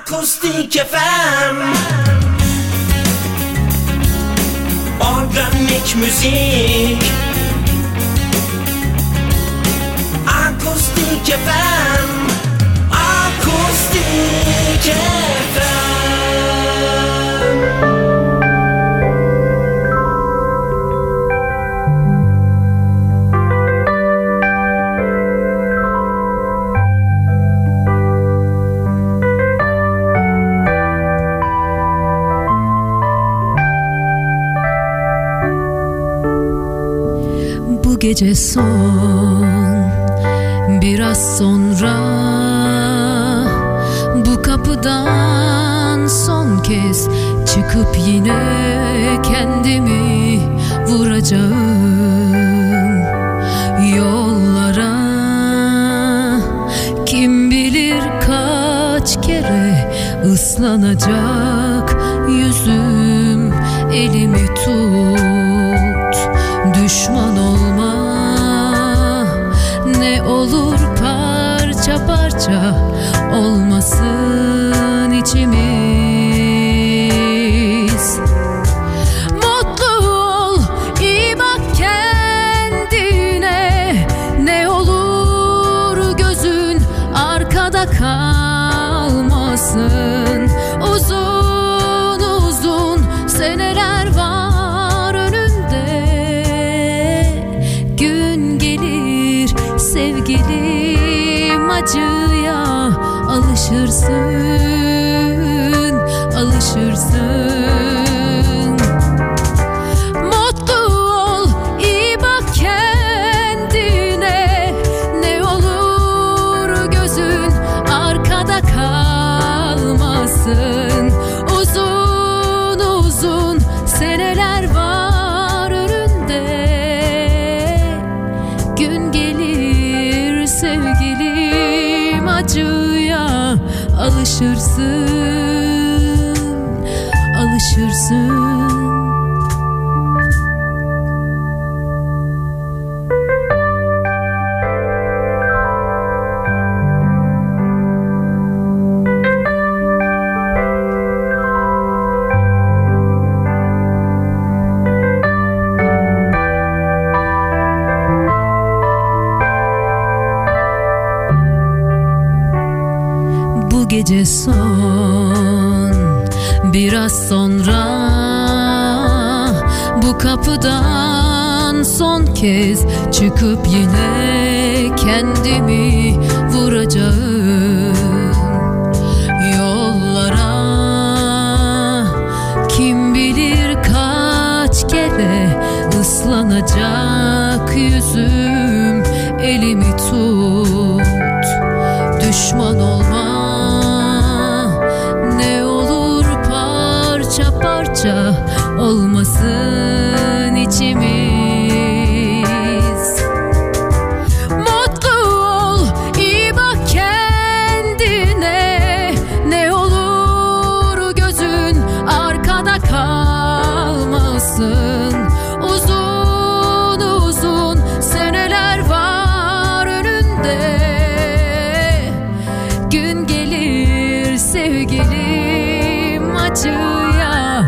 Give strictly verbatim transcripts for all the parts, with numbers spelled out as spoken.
Akustik F M, organik müzik. Akustik F M, Akustik F M. Bu gece son, biraz sonra bu kapıdan son kez çıkıp yine kendimi vuracağım yollara. Kim bilir kaç kere ıslanacak yüzüm, elimi tut, düşman olma, ne olur parça parça olmasın içimiz. Mutlu ol, iyi bak kendine, ne olur gözün arkada kalmasın. Uzun uzun seneler var önünde, gün gelir sevgilim, acıya alışırsın, alışırsın. Mutlu ol, iyi bak kendine, ne olur gözün arkada kalmasın. Uzun uzun seneler var önünde, gün gelir sevgilim, acıya alışırsın, alışırsın. Bu gece son, biraz sonra bu kapıdan son kez çıkıp yine kendimi vuracağım yollara. Kim bilir kaç kere ıslanacak yüzüm, elimi tut, düşman olma, ne olur parça parça olmasın içimiz. Mutlu ol, iyi bak kendine, ne olur gözün arkada kalmasın. Uzun uzun seneler var önünde, gün gelir sevgilim, acıya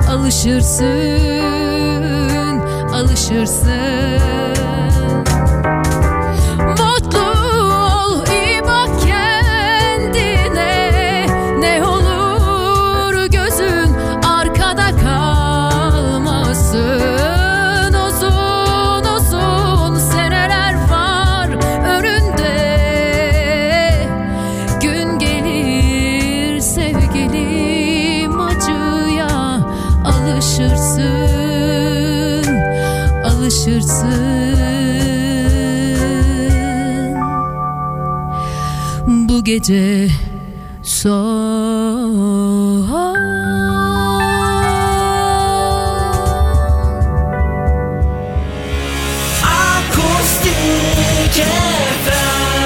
alışırsın, alışırsın. Mutlu ol, iyi bak kendine, ne olur gözün arkada kalmasın. Uzun uzun seneler var önünde, gün gelir sevgilim, acıya alışırsın, alışırsın. Bu gece son. Akustik F M.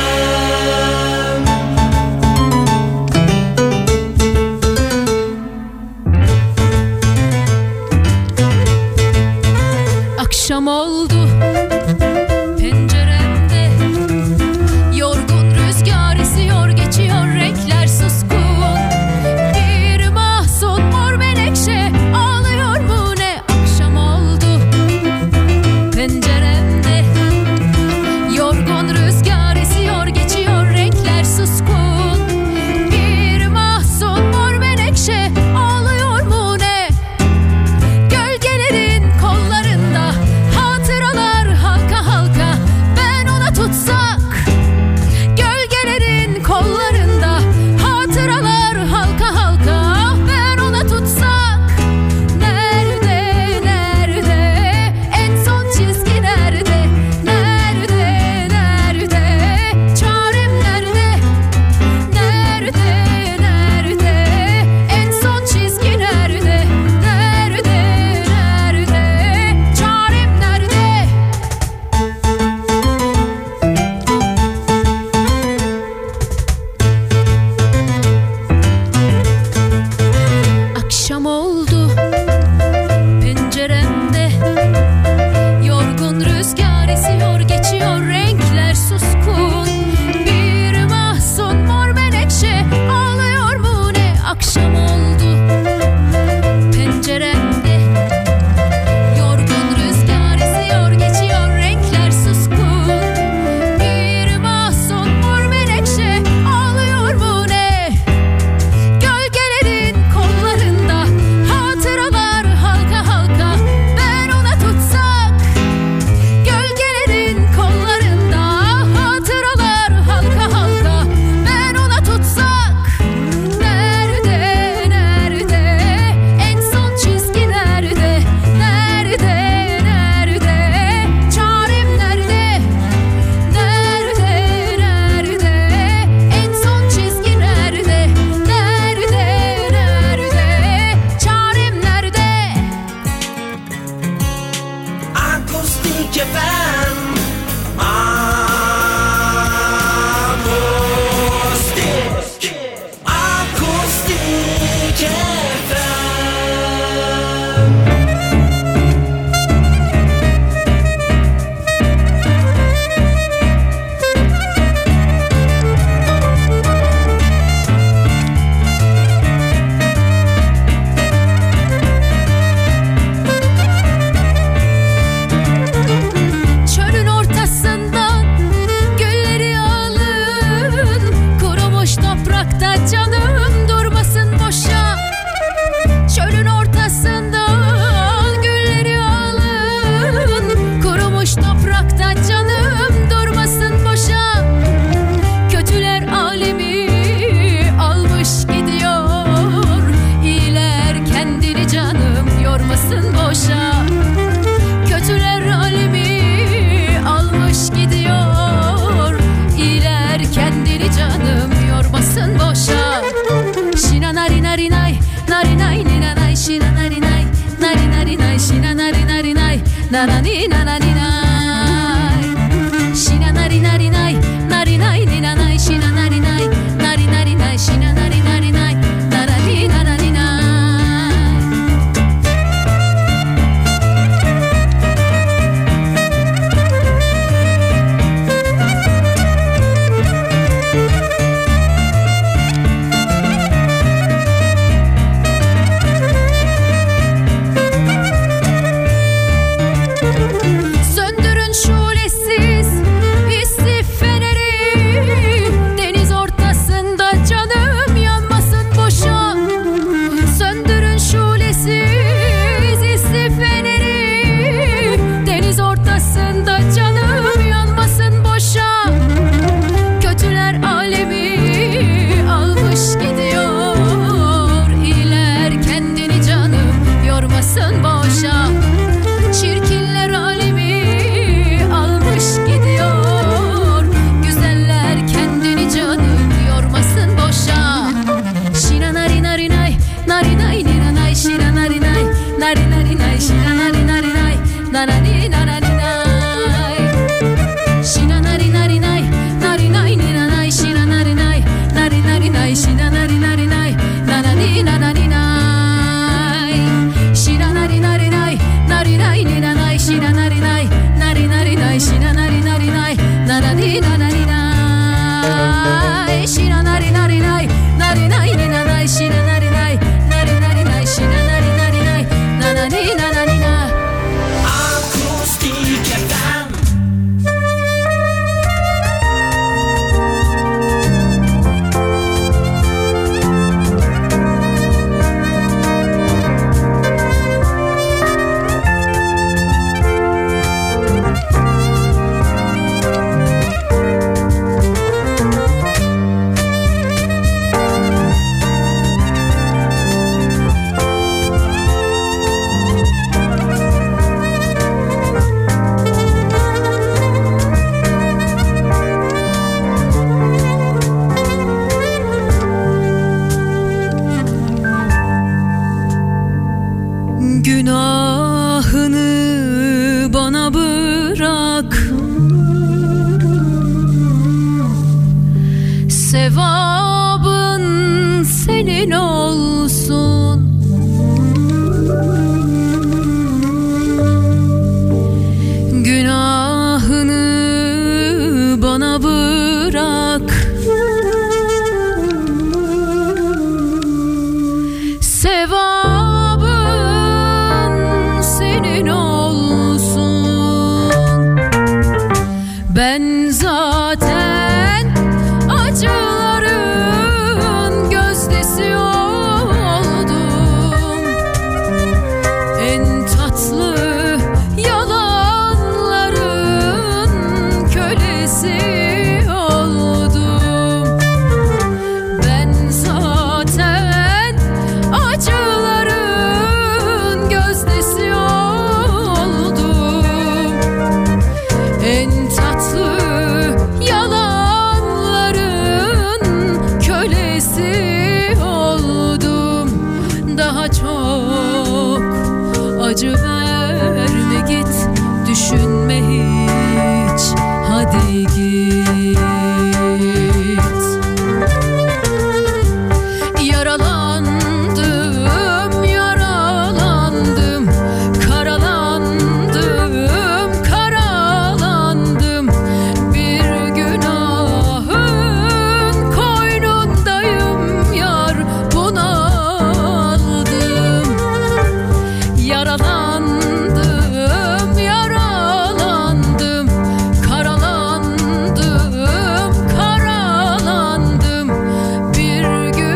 Akşam oldu, penceremde yorgun rüzgar esiyor, geçiyor renkler suskun. nanani nanani nay. Şina nari nari nay, nari nay nina nay, şina nari nay, nari nari nay, şina nari nari nay, nanani nanani nay. Söndürün şulesiz istif feneri, deniz ortasında canım yanmasın boşa. Söndürün şulesiz istif feneri, deniz ortasında canım yanmasın boşa. Kötüler alemi almış gidiyor, iyiler kendini canım yormasın boşa. Çirkinler alemi almış gidiyor, güzeller kendini canım yormasın boşa. Şina nari nari nay, nari nay nina nay, şina nari nay, nari nari nay, şina nari nari nay, nanani nanani nay. Şina nari nari nay, nari nay nina nay, şina nari nay, nari nari nay, şina nari nari nay, nanani nanani nay. Şina nari nari nay, nari nay nina nay, şina nari nay, nari nari nay, şina nari nari nay, nanani nanani nay. Şina nari nari nay, nari nay nina nay, şina nari nay, nari nari nay, şina nari nari nay, nanani nanani nay. Akustik F M. Günahını bana bırak, sevabın senin olsun. Günahını bana bırak, sevabın senin olsun. Ben zaten acıların gözdesi oldum. En tatlı yalanların kölesi oldum. Ben zaten acıların gözdesi oldum. En tatlı yalanların kölesi oldum. Daha çok acı verme, git düşünme hiç, hadi git. Yaralandım, yaralandım, karalandım, karalandım. Bir günahın koynundayım yar, bunaldım. Yaralandım, yaralandım, karalandım, karalandım. Bir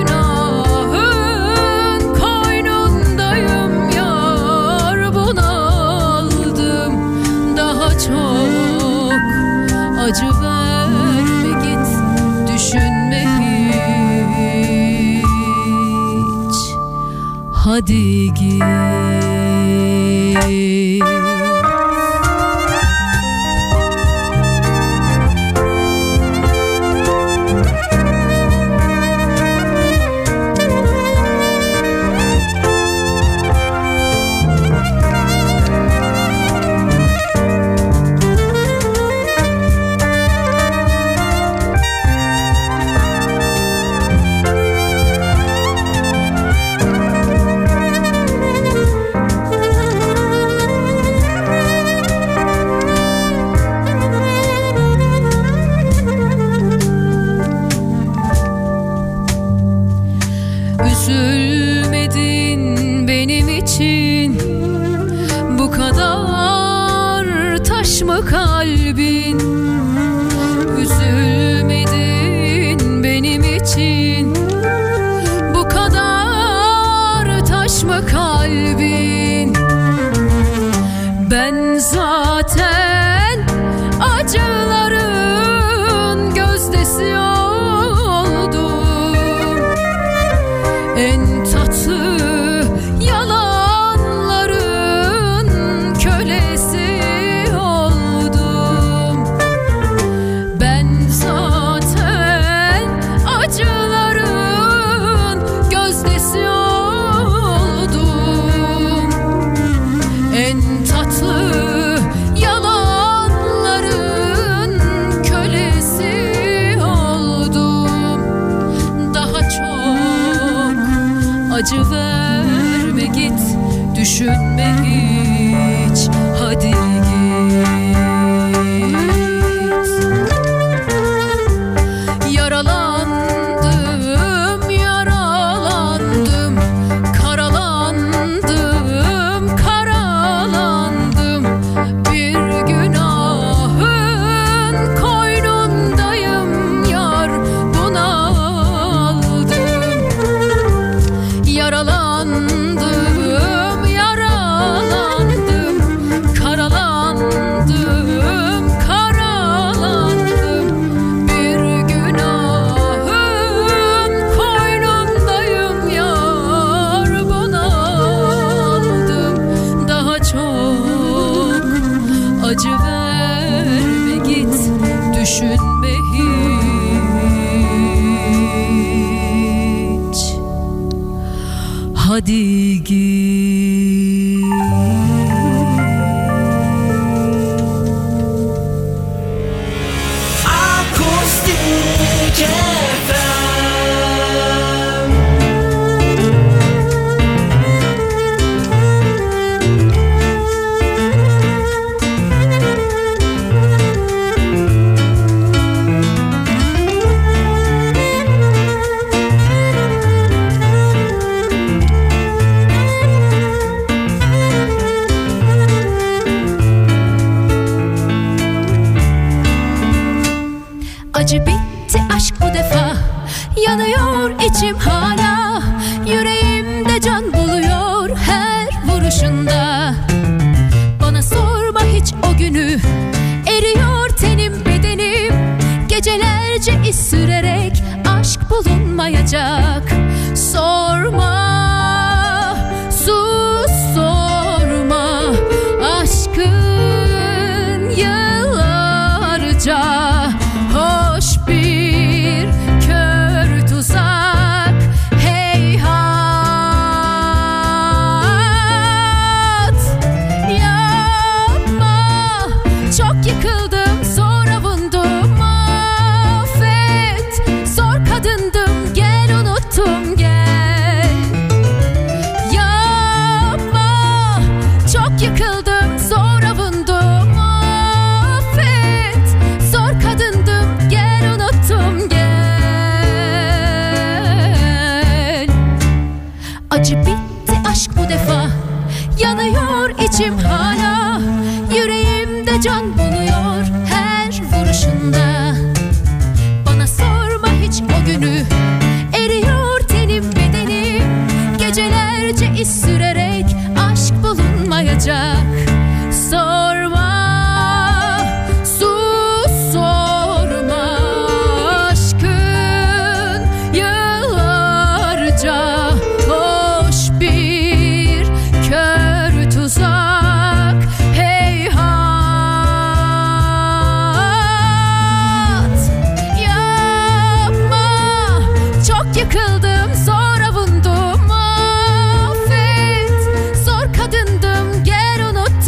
günahın koynundayım yar, bunaldım. Daha çok acı verme, git düşünme hiç, hadi git. Üzülmedin benim için, bu kadar taş mı kalbin? Üzülmedin benim için, bu kadar taş mı kalbin? Ben zaten acıların gözdesi oldum. En tatlı yalanların kölesi oldum. Ben zaten acıların gözdesi oldum. En tatlı yalanların kölesi oldum. Daha çok acı verme, git düşünme hiç, hadi git. Yaralandım, yaralandım, karalandım, karalandım. Bir günahın koynundayım yar, bunaldım. Yaralandım, yaralandım, karalandım, karalandım. Bir günahın koynundayım yar, bunaldım. Daha çok acı verme, git düşünme hiç, hadi git. Akustik F M. Acı bitti aşk bu defa, yanıyor içim hala. Yüreğimde can buluyor her vuruşunda. Bana sorma hiç o günü, eriyor tenim bedenim. Gecelerce iz sürerek aşk bulunmayacak. Sorma, sus sorma, aşkın yıllarca hoş bir kör tuzak. Heyhat, yapma. Çok yıkıldım, zor avundum, affet. Zor kadındım, gel unuttum, gel. Yapma. Çok yıkıldım, zor avundum, affet. Zor kadındım, gel unuttum, gel. Acı bitti aşk bu defa, yanıyor içim hala. Yüreğimde can buluyor her vuruşunda. Bana sorma hiç o günü, eriyor tenim bedenim. Gecelerce iz sürerek aşk bulunmayacak. Sorma, sus sorma, aşkın yıllarca hoş bir kör tuzak. Heyhat, yapma. Çok yıkıldım, zor avundum, affet. Zor kadındım, gel unuttum,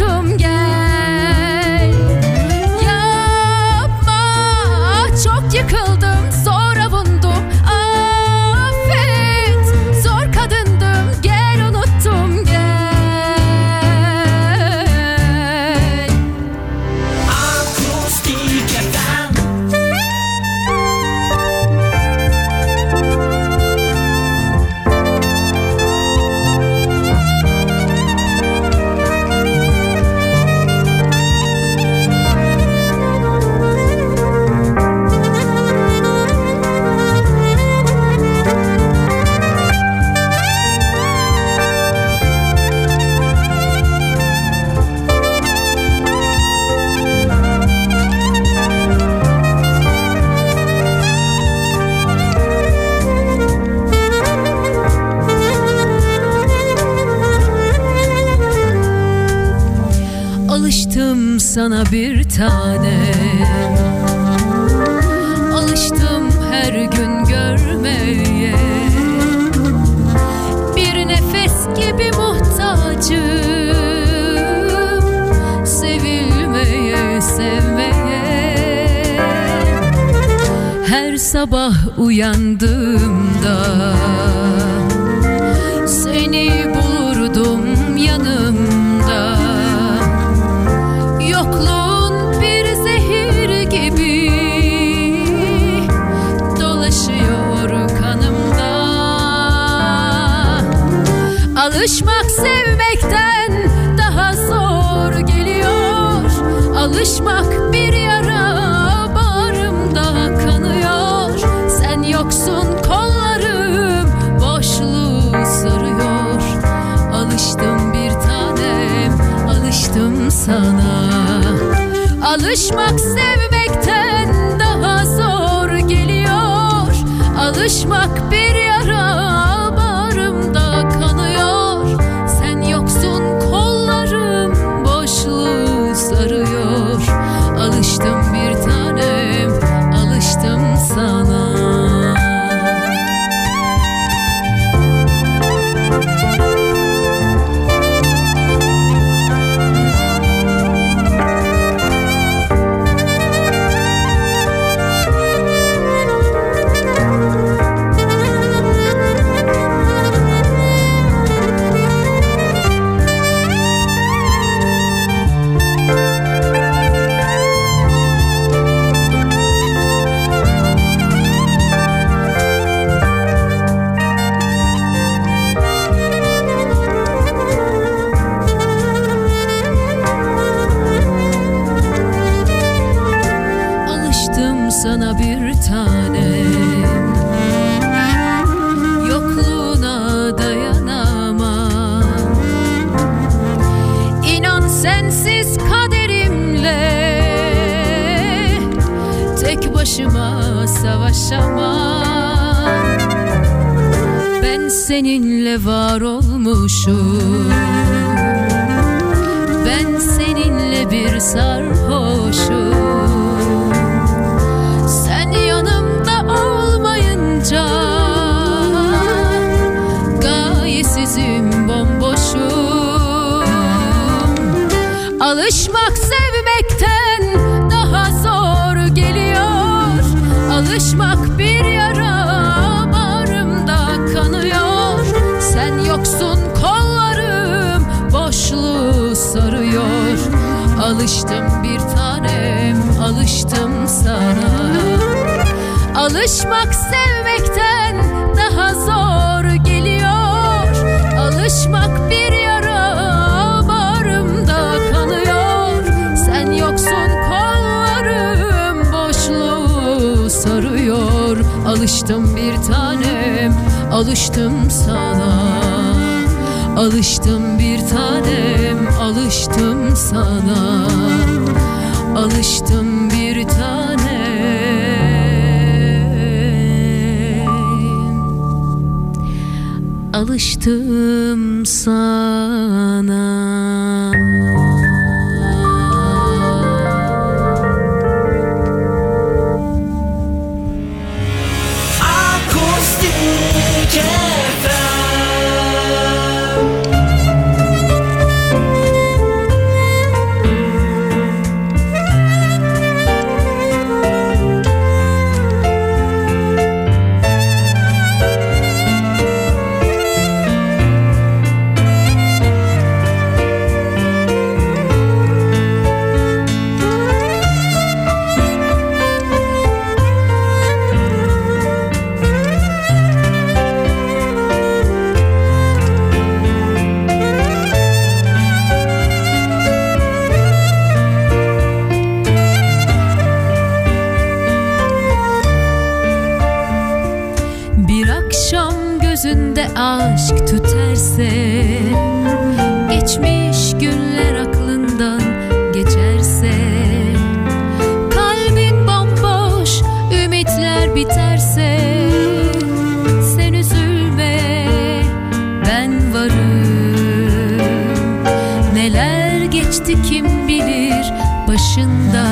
sana bir tanem, alıştım her gün görmeye, bir nefes gibi muhtacım, sevilmeye, sevmeye. Her sabah uyandığımda seni bulurdum yanımda. Yokluğun bir zehir gibi dolaşıyor kanımda. Alışmak sevmekten daha zor geliyor. Alışmak bir yara bağrımda kanıyor. Sen yoksun kollarım boşluğu sarıyor. Alıştım bir tanem, alıştım sana. Alışmak sevmekten daha zor geliyor. Alışmak bir yara bağrımda kanıyor. Sen yoksun kollarım boşluğu sarıyor. Alıştım bir tanem, alıştım sana. Sana bir tanem, yokluğuna dayanamam. İnan sensiz kaderimle tek başıma savaşamam. Ben seninle var olmuşum, ben seninle bir sarhoşum. Gayesizim, bomboşum. Alışmak sevmekten daha zor geliyor. Alışmak bir yara bağrımda kanıyor. Sen yoksun kollarım boşluğu sarıyor. Alıştım bir tanem, alıştım sana. Alışmak sevmekten daha zor geliyor. Alışmak bir yara bağrımda kanıyor. Sen yoksun kollarım boşluğu sarıyor. Alıştım bir tanem, alıştım sana. Alıştım bir tanem, alıştım sana. Alıştım bir tanem, alıştım sana. Akustik F M. Gözünde aşk tüterse, geçmiş günler aklından geçerse, kalbin bomboş, ümitler biterse, sen üzülme, ben varım. Neler geçti kim bilir başında